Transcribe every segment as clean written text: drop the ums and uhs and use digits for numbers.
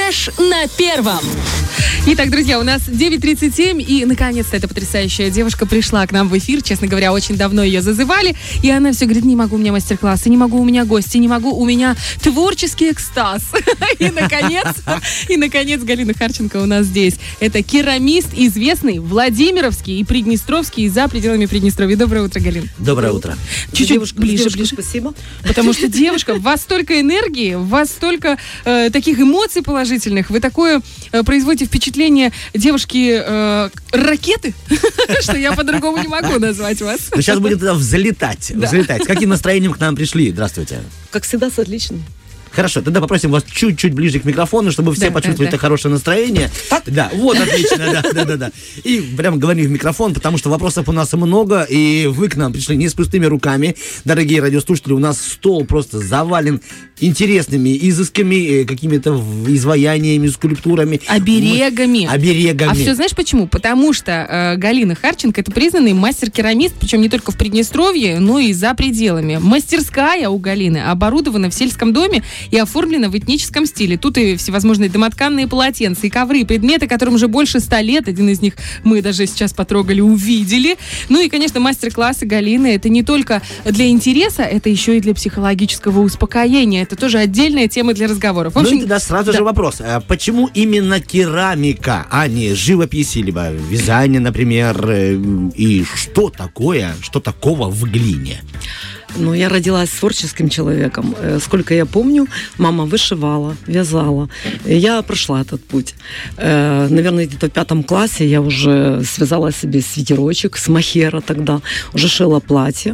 Фреш на первом. Итак, друзья, у нас 9:37, и наконец-то эта потрясающая девушка пришла к нам в эфир. Честно говоря, очень давно ее зазывали, и она все говорит: не могу, у меня мастер-классы, не могу, у меня гости, не могу, у меня творческий экстаз. И, наконец, Галина Харченко у нас здесь. Это керамист, известный, владимировский и приднестровский, и за пределами Приднестровья. Доброе утро, Галин. Доброе утро. Чуть-чуть ближе. Спасибо. Потому что, девушка, в вас столько энергии, в вас столько таких эмоций положительных, вы такое производите впечатление девушки ракеты, что я по-другому не могу назвать вас. Ну, сейчас будем тогда взлетать. С каким настроением к нам пришли? Здравствуйте. Как всегда, с отличным. Хорошо, тогда попросим вас чуть-чуть ближе к микрофону, чтобы все почувствовали это хорошее настроение. Да, вот, отлично, да. И прямо говорим в микрофон, потому что вопросов у нас много, и вы к нам пришли не с пустыми руками. Дорогие радиослушатели, у нас стол просто завален интересными изысками, какими-то изваяниями, скульптурами. Оберегами. А все знаешь почему? Потому что Галина Харченко — это признанный мастер-керамист, причем не только в Приднестровье, но и за пределами. Мастерская у Галины оборудована в сельском доме и оформлена в этническом стиле. Тут и всевозможные домотканные полотенца, и ковры, и предметы, которым уже больше 100 лет. Один из них мы даже сейчас потрогали, увидели. Ну и, конечно, мастер-классы Галины — это не только для интереса, это еще и для психологического успокоения. Это тоже отдельная тема для разговоров. В общем, ну и тогда сразу же вопрос. А почему именно керамика, а не живопись, либо вязание, например? И что такого в глине? Ну, я родилась творческим человеком. Сколько я помню, мама вышивала, вязала. Я прошла этот путь. Наверное, где-то в 5 классе я уже связала себе свитерочек с мохера тогда, уже шила платье.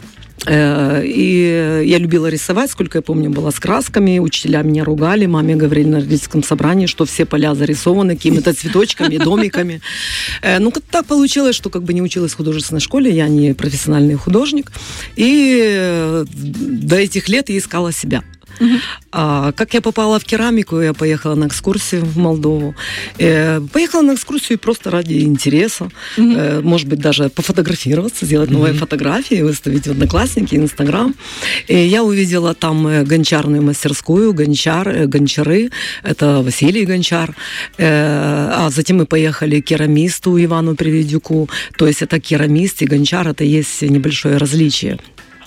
И я любила рисовать, сколько я помню, была с красками. Учителя меня ругали, маме говорили на родительском собрании, что все поля зарисованы какими-то цветочками, домиками. Ну, так получилось, что как бы не училась в художественной школе, я не профессиональный художник. И до этих лет я искала себя. Как я попала в керамику, я поехала на экскурсию в Молдову. Поехала на экскурсию просто ради интереса. Может быть, даже пофотографироваться, сделать новые фотографии, выставить в Одноклассники, Инстаграм. Я увидела там гончарную мастерскую, гончары. Это Василий Гончар. А затем мы поехали к керамисту Ивану Приведюку. То есть это керамист и гончар, это есть небольшое различие.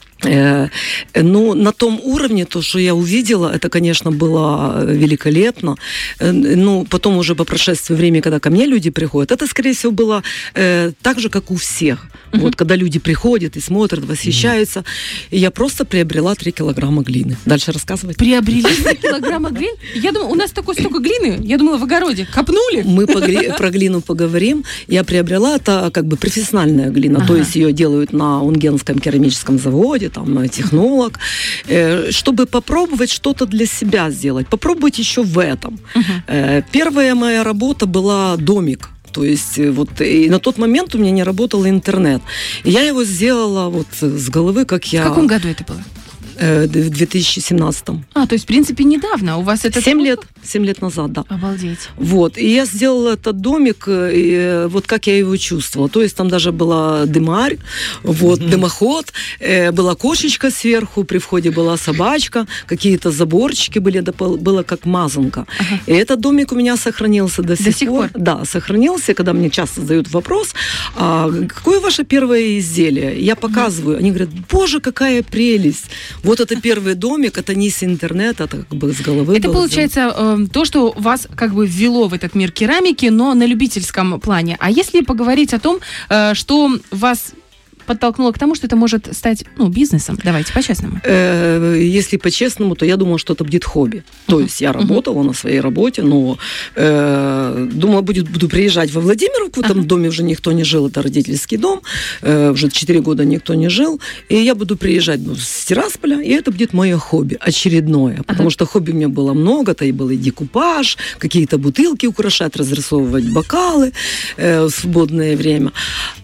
Ну, на том уровне, то, что я увидела, это, конечно, было великолепно. Ну, потом уже по прошествии времени, когда ко мне люди приходят, это, скорее всего, было так же, как у всех. Вот, когда люди приходят и смотрят, восхищаются. И я просто приобрела 3 килограмма глины. Дальше рассказывать? Приобрели 3 килограмма глины? Я думала, у нас столько глины. Я думала, в огороде. Копнули? Мы про глину поговорим. Я приобрела, это как бы профессиональная глина. То есть ее делают на Унгенском керамическом заводе, там, технолог, чтобы попробовать что-то для себя сделать. Попробовать еще в этом. Первая моя работа была домик. То есть вот и на тот момент у меня не работал интернет. И я его сделала вот с головы, как я... В каком году это было? В 2017-м. То есть, в принципе, недавно. У вас это... 7 лет назад, да. Обалдеть. Вот. И я сделала этот домик, и вот как я его чувствовала. То есть, там даже была дымарь, вот, дымоход, была кошечка сверху, при входе была собачка, какие-то заборчики были, это было как мазанка. И этот домик у меня сохранился до сих пор. Да, сохранился, когда мне часто задают вопрос, какое ваше первое изделие? Я показываю, они говорят: боже, какая прелесть! Вот это первый домик, это не с интернета, это как бы с головы. Это получается то, что вас как бы ввело в этот мир керамики, но на любительском плане. А если поговорить о том, что вас подтолкнуло к тому, что это может стать, бизнесом? Давайте по-честному. Если по-честному, то я думала, что это будет хобби. То есть я работала на своей работе, но думала, буду приезжать во Владимировку, там в доме уже никто не жил, это родительский дом, уже 4 года никто не жил, и я буду приезжать с Тирасполя, и это будет мое хобби, очередное, потому что хобби у меня было много, это и был и декупаж, какие-то бутылки украшать, разрисовывать бокалы в свободное время,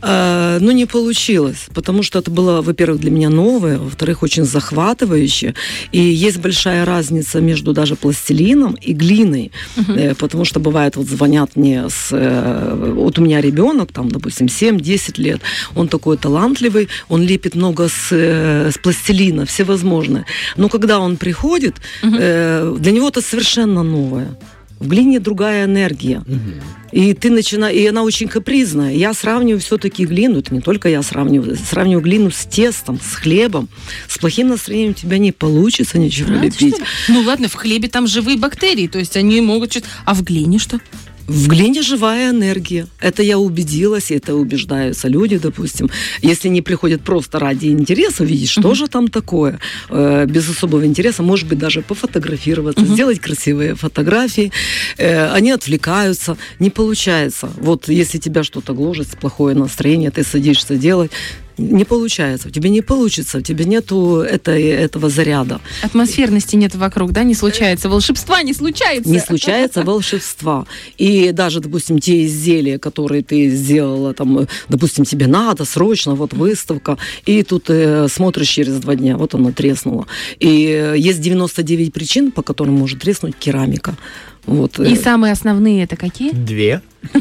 но не получилось. Потому что это было, во-первых, для меня новое, во-вторых, очень захватывающе. И есть большая разница между даже пластилином и глиной. Потому что бывает, вот звонят мне вот у меня ребенок, там, допустим, 7-10 лет, он такой талантливый, он лепит много с пластилина, всевозможное. Но когда он приходит, для него это совершенно новое. В глине другая энергия. И ты и она очень капризная. Я сравниваю все-таки глину, это не только я сравниваю глину с тестом, с хлебом. С плохим настроением у тебя не получится ничего лепить. Ну ладно, в хлебе там живые бактерии, то есть они могут что-то... А в глине что? В глине живая энергия. Это я убедилась, и это убеждаются люди, допустим. Если не приходят просто ради интереса, увидеть, что же там такое, без особого интереса, может быть, даже пофотографироваться, сделать красивые фотографии. Они отвлекаются, не получается. Вот если тебя что-то гложет, плохое настроение, ты садишься делать, не получается, у тебя не получится, у тебя нету этого заряда. Атмосферности нет вокруг, да, не случается, волшебства не случается. Не случается волшебства. И даже, допустим, те изделия, которые ты сделала, там, допустим, тебе надо срочно, вот выставка, и тут смотришь через 2 дня, вот оно треснуло. И есть 99 причин, по которым может треснуть керамика. Вот. И самые основные это какие? 2.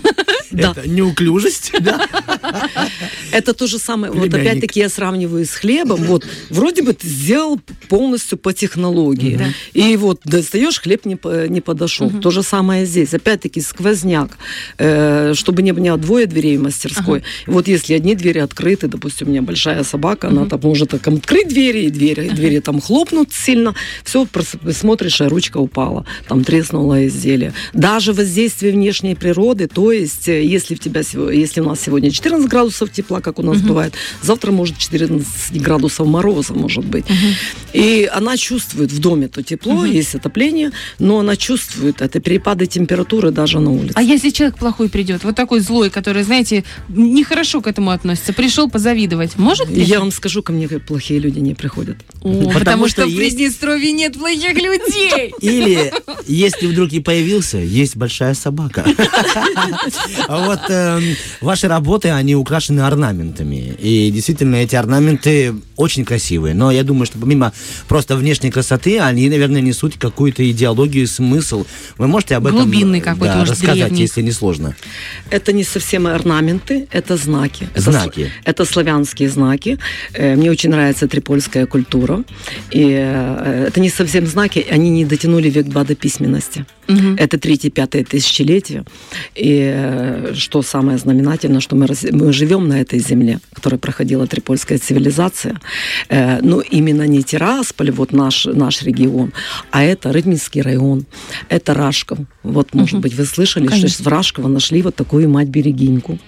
Это неуклюжесть, да? Это то же самое. Вот опять-таки я сравниваю с хлебом. Вот вроде бы ты сделал полностью по технологии. И вот достаешь, хлеб не подошел. То же самое здесь. Опять-таки сквозняк. Чтобы не было 2 дверей в мастерской. Вот если одни двери открыты, допустим, у меня большая собака, она там может открыть двери, и двери там хлопнут сильно. Все, смотришь, а ручка упала. Там треснуло изделие. Даже воздействие внешней природы, то есть если у нас сегодня 14 градусов тепла, как у нас бывает, завтра может 14 градусов мороза, может быть. И она чувствует в доме то тепло, есть отопление, но она чувствует это перепады температуры даже на улице. А если человек плохой придет, вот такой злой, который, знаете, нехорошо к этому относится, пришел позавидовать, может прийти? Я вам скажу, ко мне плохие люди не приходят. Потому что в Приднестровье нет плохих людей. Или, если вдруг и появился, есть большая собака. Вот ваши работы, они украшены орнаментами. И действительно, эти орнаменты очень красивые. Но я думаю, что помимо просто внешней красоты, они, наверное, несут какую-то идеологию, смысл. Вы можете об этом глубинный какой-то, может, рассказать, древний. если не сложно? Это не совсем орнаменты, это знаки. Знаки. Это славянские знаки. Мне очень нравится трипольская культура. И это не совсем знаки, они не дотянули век бада письменности. Это 3-5 тысячелетие. И что самое знаменательное, что мы живем на этой земле, которая проходила трипольская цивилизация. Но именно не Тирасполь, вот наш регион, а это Рыбинский район, это Рашков. Вот, может быть, вы слышали, что в Рашково нашли вот такую мать-берегиньку.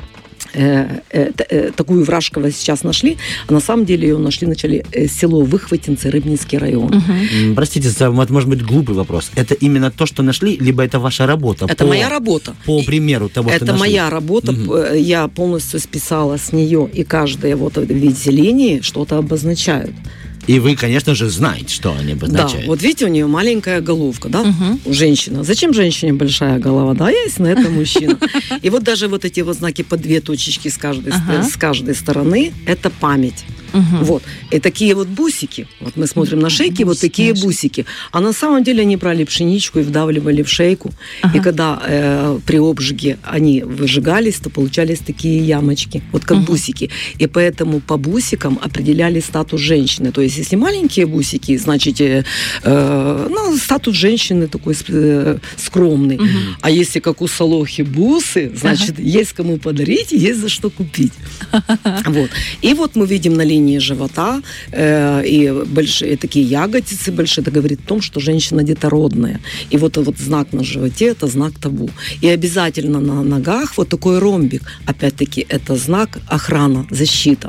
Такую в Рашково сейчас нашли, а на самом деле ее нашли вначале село Выхватинцы, Рыбинский район. Простите, это может быть глупый вопрос. Это именно то, что нашли, либо это ваша работа? Это моя работа. По примеру того, что нашли? Это моя работа. Я полностью списала с нее, и каждое вот видите линии что-то обозначают. И вы, конечно же, знаете, что они обозначают. Да, вот видите, у нее маленькая головка, да, у женщины. Зачем женщине большая голова? Да, ясно, это мужчина. И вот даже вот эти вот знаки по 2 точечки с каждой стороны, это память. Вот. И такие вот бусики, вот мы смотрим на шейки, вот такие бусики. А на самом деле они брали пшеничку и вдавливали в шейку. И когда при обжиге они выжигались, то получались такие ямочки, вот как бусики. И поэтому по бусикам определяли статус женщины. То есть если маленькие бусики, значит, статус женщины такой скромный. А если как у Солохи бусы, значит, есть кому подарить, есть за что купить. Вот. И вот мы видим на линии живота и большие такие ягодицы большие. Это говорит о том, что женщина детородная. И вот знак на животе – это знак табу. И обязательно на ногах вот такой ромбик. Опять-таки, это знак охрана, защита.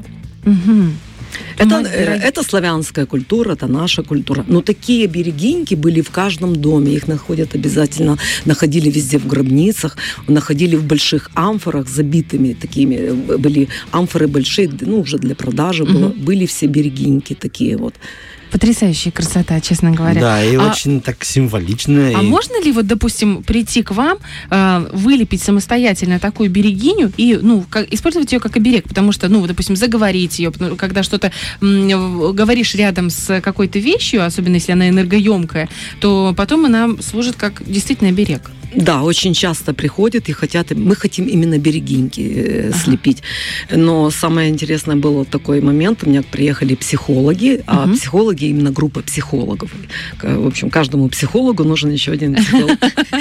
Это славянская культура, это наша культура. Но такие берегиньки были в каждом доме. Их находили везде в гробницах, находили в больших амфорах забитыми такими. Были амфоры большие, уже для продажи были все берегиньки такие вот. Потрясающая красота, честно говоря. Да, и очень так символично. А можно ли, вот, допустим, прийти к вам, вылепить самостоятельно такую берегиню и, использовать ее как оберег? Потому что, допустим, заговорить ее, когда что-то говоришь рядом с какой-то вещью, особенно если она энергоемкая, то потом она служит как действительно оберег. Да, очень часто приходят и хотят, мы хотим именно берегиньки слепить. Но самое интересное было вот такой момент, у меня приехали психологи, а психологи именно группа психологов. В общем, каждому психологу нужен еще один психолог.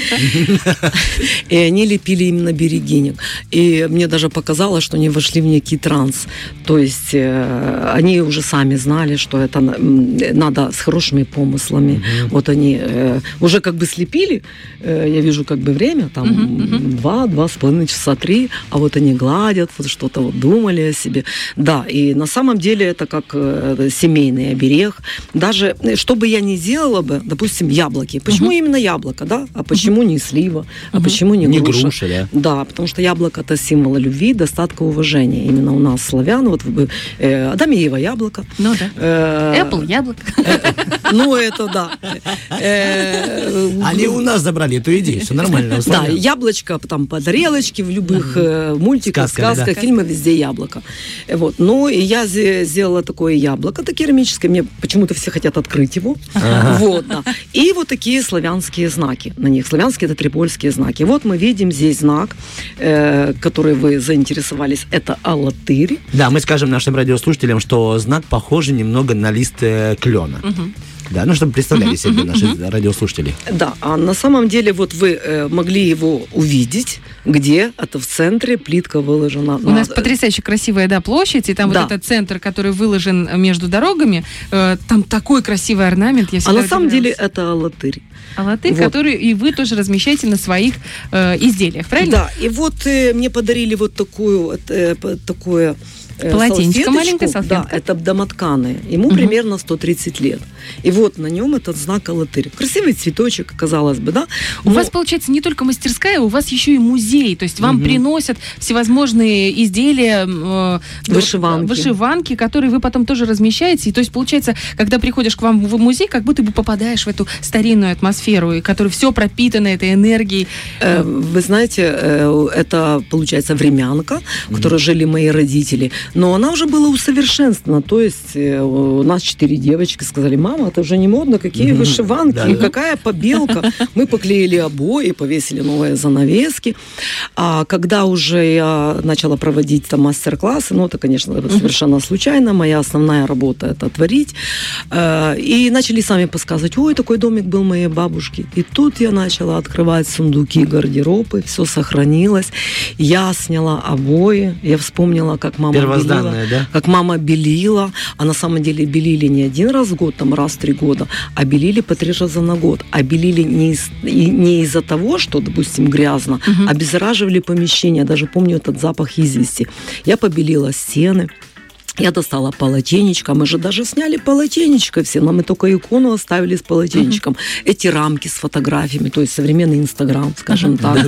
И они лепили именно берегинек. И мне даже показалось, что они вошли в некий транс. То есть они уже сами знали, что это надо с хорошими помыслами. Вот они уже как бы слепили, я вижу как бы время, там 2,5 часа, 3, а вот они гладят, вот что-то вот думали о себе. Да, и на самом деле это как семейный оберег. Даже, что бы я ни делала бы, допустим, яблоки. Почему именно яблоко, да? А почему не слива? А почему не груша? Не груша, да? Да, потому что яблоко – это символ любви, достатка, уважения. Именно у нас, славян, вот Адам и Ева – яблоко. Ну да. Apple – яблоко. Ну, это да. Они у нас забрали эту идею, все нормально. Да, яблочко там по тарелочке в любых мультиках, сказках, фильмах, везде яблоко. Вот. Ну, и я сделала такое яблоко-то керамическое, мне почему-то все хотят открыть его. Вот, да. И вот такие славянские знаки на них. Славянские – это трипольские знаки. Вот мы видим здесь знак, который вы заинтересовались, это алатырь. Да, мы скажем нашим радиослушателям, что знак похож немного на лист клена. Да, ну, чтобы представляли себе наши радиослушатели. Да, а на самом деле вот вы могли его увидеть, где? Это в центре, плитка выложена. У нас потрясающе красивая, да, площадь, и там вот этот центр, который выложен между дорогами, там такой красивый орнамент. А на самом деле это алатырь. Алатырь, вот. Который и вы тоже размещаете на своих изделиях, правильно? Да, и вот мне подарили вот такое полотенечко маленькое, салфетка. Да, это домотканое. Ему примерно 130 лет. И вот на нем этот знак алатырь. Красивый цветочек, казалось бы, да? У вас, получается, не только мастерская, у вас еще и музей. То есть вам приносят всевозможные изделия, вышиванки, которые вы потом тоже размещаете. И то есть, получается, когда приходишь к вам в музей, как будто бы попадаешь в эту старинную атмосферу, и которая все пропитана этой энергией. Вы знаете, это, получается, времянка, в которой жили мои родители. Но она уже была усовершенствована. То есть у нас 4 девочки сказали: мама, это уже не модно, какие вышиванки, какая побелка. Мы поклеили обои, повесили новые занавески. А когда уже я начала проводить там мастер-классы, ну, это, конечно, совершенно случайно. Моя основная работа – это творить. И начали сами подсказывать: ой, такой домик был моей бабушки. И тут я начала открывать сундуки, гардеробы, все сохранилось. Я сняла обои, я вспомнила, как мама белила, да? как мама белила, а на самом деле белили не один раз в год, там раз в 3 года, а белили по 3 раза на год. А белили не из-за того, что, допустим, грязно, обеззараживали помещение. Даже помню этот запах извести. Я побелила стены. Я достала полотенечко, мы же даже сняли полотенечко все, нам и только икону оставили с полотенечком. Эти рамки с фотографиями, то есть современный Инстаграм, скажем так.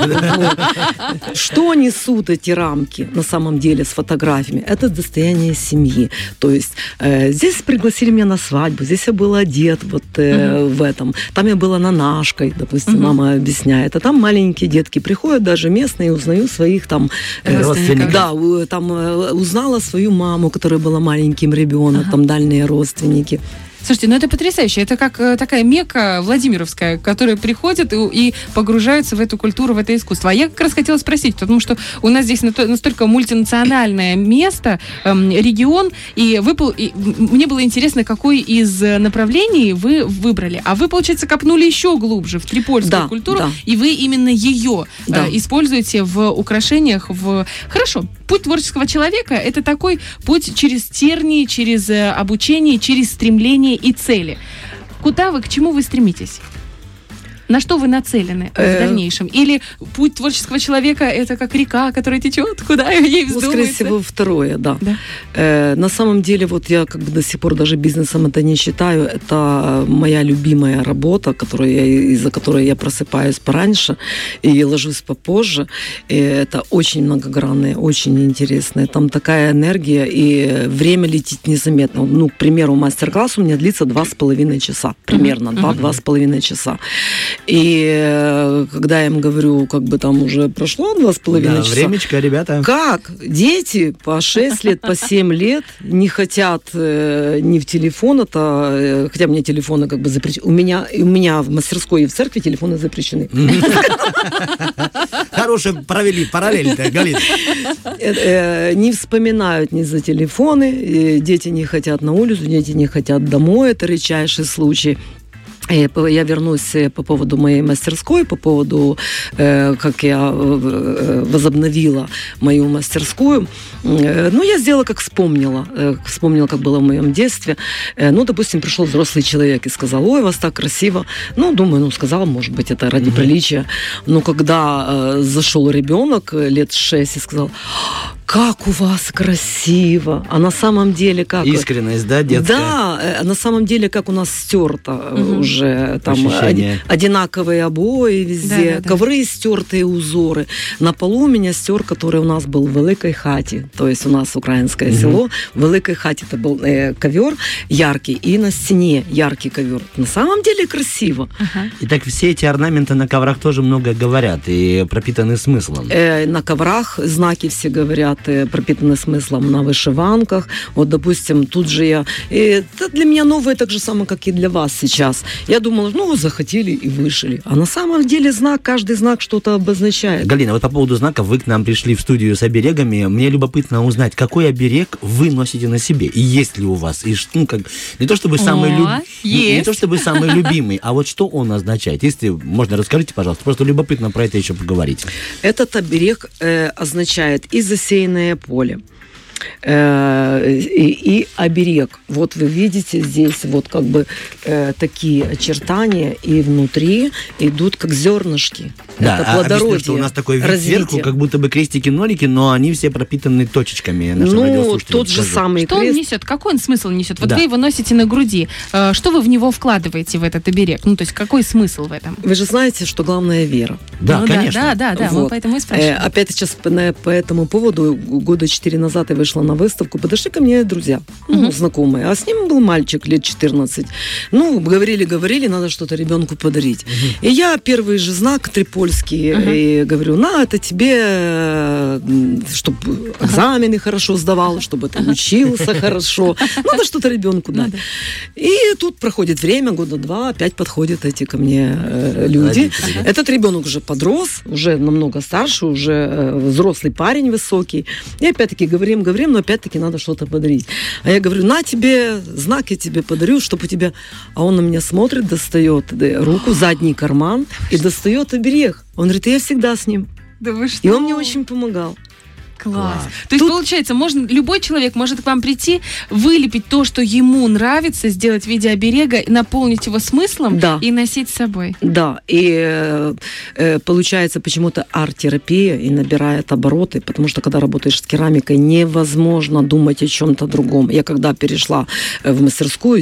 Что несут эти рамки на самом деле с фотографиями? Это достояние семьи. То есть здесь пригласили меня на свадьбу, здесь я была одет вот в этом. Там я была нанашкой, допустим, мама объясняет. А там маленькие детки приходят, даже местные, узнаю своих там родственников. Да, там узнала свою маму, у которой была маленьким ребенок, там дальние родственники. Слушайте, ну это потрясающе. Это как такая Мекка Владимировская, которые приходят и погружаются в эту культуру, в это искусство. А я как раз хотела спросить, потому что у нас здесь настолько мультинациональное место, регион, и мне было интересно, какой из направлений вы выбрали. А вы, получается, копнули еще глубже в трипольскую культуру, и вы именно ее используете в украшениях. Хорошо. Путь творческого человека – это такой путь через тернии, через обучение, через стремление и цели. Куда вы, к чему вы стремитесь? На что вы нацелены в дальнейшем? Или путь творческого человека – это как река, которая течет, куда ей вздумается? Скорее всего, второе, да. На самом деле, вот я как бы до сих пор даже бизнесом это не считаю. Это моя любимая работа, из-за которой я просыпаюсь пораньше и ложусь попозже. И это очень многогранное, очень интересное. Там такая энергия, и время летит незаметно. Ну, к примеру, мастер-класс у меня длится 2,5 часа. Примерно 2,5 часа. И когда я им говорю, как бы там уже прошло 2,5 часа. Времечко, ребята. Как? Дети по 6 лет, по 7 лет не хотят ни в телефон, это, хотя мне телефоны как бы запрещены. У меня в мастерской и в церкви телефоны запрещены. Хорошую провели параллель-то, Галина. Не вспоминают ни за телефоны, дети не хотят на улицу, дети не хотят домой, это редчайший случай. Я вернусь по поводу моей мастерской, по поводу, как я возобновила мою мастерскую. Ну, я сделала, как вспомнила, как было в моем детстве. Ну, допустим, пришел взрослый человек и сказал: ой, у вас так красиво. Ну, думаю, сказал, может быть, это ради приличия. Но когда зашел ребенок лет 6 и сказал: как у вас красиво! А на самом деле как... Искренность, да, детская? Да, на самом деле как у нас стерто уже там одинаковые обои везде, ковры стертые, узоры. На полу у меня стер, который у нас был в Великой хаті. То есть у нас украинское село. В Великой хаті это был ковер яркий, и на стене яркий ковер. На самом деле красиво. Итак, все эти орнаменты на коврах тоже много говорят и пропитаны смыслом. На коврах знаки все говорят, пропитаны смыслом, на вышиванках. Вот, допустим, тут же я... Это для меня новое так же самое, как и для вас сейчас. Я думала, вы захотели и вышили. А на самом деле каждый знак что-то обозначает. Галина, вот по поводу знаков, вы к нам пришли в студию с оберегами. Мне любопытно узнать, какой оберег вы носите на себе? И есть ли у вас? И, не то чтобы самый любимый, а вот что он означает? Если можно, расскажите, пожалуйста. Просто любопытно про это еще поговорить. Этот оберег означает и засеянное поле, и оберег. Вот вы видите здесь вот как бы такие очертания, и внутри идут как зернышки. Да, это плодородие. Объясню, что у нас такой вид сверху, как будто бы крестики-нолики, но они все пропитаны точечками. Тот же самый что крест. Он несет? Какой он смысл несет? Вот вы его носите на груди. Что вы в него вкладываете, в этот оберег? То есть какой смысл в этом? Вы же знаете, что главное вера. Да, конечно. Да, вот. Мы поэтому и спрашиваем. Опять сейчас по этому поводу, года 4 назад я вышла на выставку, подошли ко мне друзья, знакомые, а с ним был мальчик лет 14. Говорили, надо что-то ребенку подарить. И я первый же знак трипольский, и говорю, это тебе, чтобы экзамены хорошо сдавал, чтобы ты учился хорошо. Надо что-то ребенку дать. И тут проходит время, года 2, опять подходят эти ко мне люди. Этот ребенок уже подрос, уже намного старше, уже взрослый парень высокий. И опять-таки говорим, но опять-таки надо что-то подарить. А я говорю, на тебе знак, я тебе подарю, чтобы у тебя... А он на меня смотрит, достает руку, задний карман и достает оберег. Он говорит, я всегда с ним. Да вы что? И он мне очень помогал. Класс. То есть, получается, любой человек может к вам прийти, вылепить то, что ему нравится, сделать в виде оберега, наполнить его смыслом и носить с собой. Да, и получается почему-то арт-терапия и набирает обороты, потому что, когда работаешь с керамикой, невозможно думать о чем-то другом. Я когда перешла в мастерскую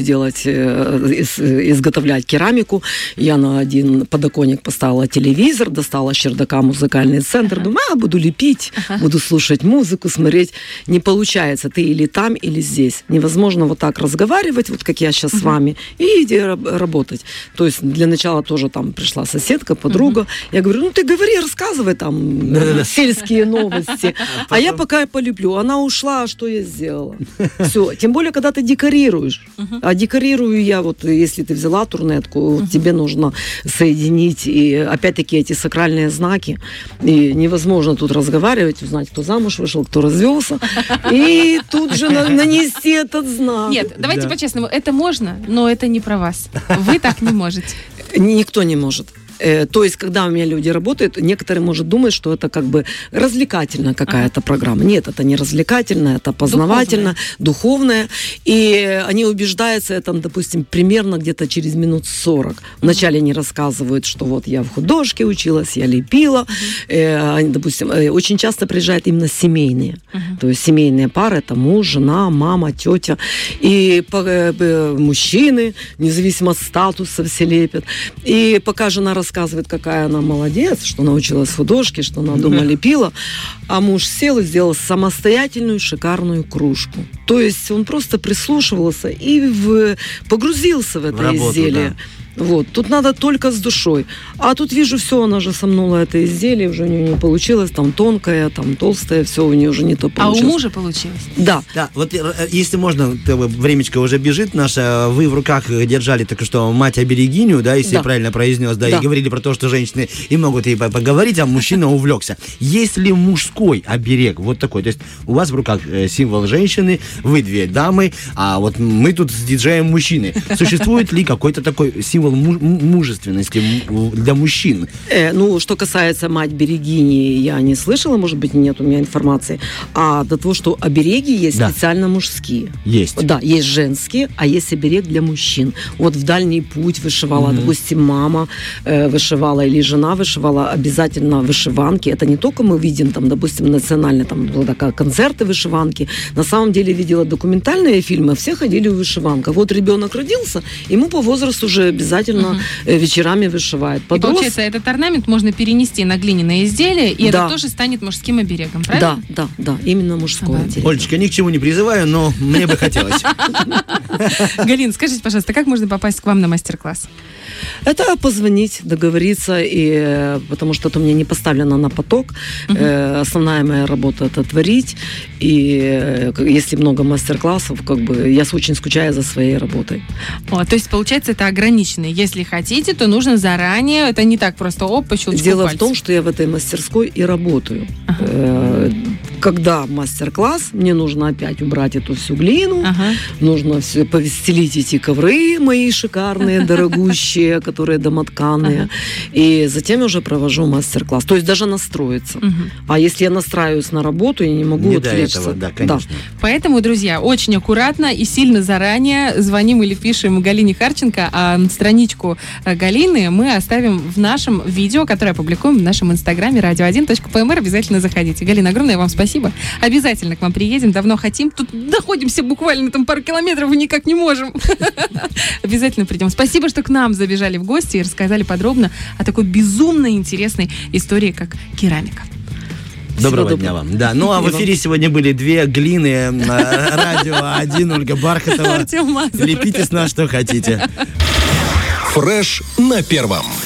изготовлять керамику, я на один подоконник поставила телевизор, достала с чердака музыкальный центр, думаю, буду лепить, буду слушать музыку, смотреть. Не получается. Ты или там, или здесь. Невозможно вот так разговаривать, вот как я сейчас с вами, и иди работать. То есть для начала тоже там пришла соседка, подруга. Я говорю, ты говори, рассказывай там сельские новости. А я пока полюблю. Она ушла, а что я сделала? Все. Тем более, когда ты декорируешь. А декорирую я, вот если ты взяла турнетку, тебе нужно соединить и опять-таки эти сакральные знаки. И невозможно тут разговаривать, узнать, кто замуж вышел, кто развелся, и тут же нанести этот знак. Нет, давайте по-честному, это можно, но это не про вас. Вы так не можете. Никто не может. То есть, когда у меня люди работают, некоторые, может, думать, что это как бы развлекательная какая-то программа. Нет, это не развлекательная, это познавательная, духовная. И они убеждаются, это, допустим, примерно где-то через минут 40. Вначале они рассказывают, что вот я в художке училась, я лепила. Они, допустим, очень часто приезжают именно семейные. То есть, семейные пары, это муж, жена, мама, тетя. И мужчины, независимо от статуса, все лепят. И пока жена рассказывает, какая она молодец, что научилась художке, что она дома лепила, а муж сел и сделал самостоятельную шикарную кружку. То есть он просто прислушивался и погрузился в это изделие. Вот, тут надо только с душой. А тут вижу, все, она же сомнула это изделие, уже у нее не получилось, там тонкое, там толстое, все у нее уже не то получилось. А у мужа получилось? Да. Да, вот если можно, времечко уже бежит наше, вы в руках держали только что мать-оберегиню, да, если я правильно произнес, да, и говорили про то, что женщины и могут и поговорить, а мужчина увлекся. Есть ли мужской оберег вот такой? То есть у вас в руках символ женщины, вы две дамы, а вот мы тут с диджеем мужчины. Существует ли какой-то такой символ мужественности для мужчин? Ну, что касается мать-берегини, я не слышала, может быть, нет у меня информации. А до того, что обереги есть специально мужские. Есть. Да, есть женские, а есть оберег для мужчин. Вот в дальний путь вышивала, допустим, мама вышивала или жена вышивала, обязательно вышиванки. Это не только мы видим, там, допустим, национальные, там, была такая концерты вышиванки. На самом деле видела документальные фильмы, все ходили в вышиванках. Вот ребенок родился, ему по возрасту уже обязательно вечерами вышивает. И получается, этот орнамент можно перенести на глиняное изделие, и это тоже станет мужским оберегом, правильно? Да, именно мужское отделение. Олечка, ни к чему не призываю, но мне бы хотелось. Галин, скажите, пожалуйста, как можно попасть к вам на мастер-класс? Это позвонить, договориться, и, потому что это у меня не поставлено на поток. Основная моя работа – это творить. И если много мастер-классов, как бы я очень скучаю за своей работой. То есть, получается, это ограничено. Если хотите, то нужно заранее. Это не так просто по щелчку Дело пальцев. в том, что я в этой мастерской и работаю. Когда мастер-класс, мне нужно опять убрать эту всю глину, нужно все повестелить эти ковры мои шикарные, дорогущие, которые домотканые. И затем я уже провожу мастер-класс. То есть даже настроиться. А если я настраиваюсь на работу, я не могу отвлечься. Да, конечно. Поэтому, друзья, очень аккуратно и сильно заранее звоним или пишем Галине Харченко, а страничку Галины мы оставим в нашем видео, которое опубликуем в нашем инстаграме radio1.pmr. Обязательно заходите. Галина, огромное вам спасибо. Обязательно к вам приедем. Давно хотим. Тут находимся буквально там пару километров и никак не можем. Обязательно придем. Спасибо, что к нам забежали в гости и рассказали подробно о такой безумно интересной истории, как керамика. Доброго дня вам. Да. Ну, а в эфире сегодня были две глины. Радио 1, Ольга Бархатова. Артем Мазуров. Лепите с нас, что хотите. Фреш на первом.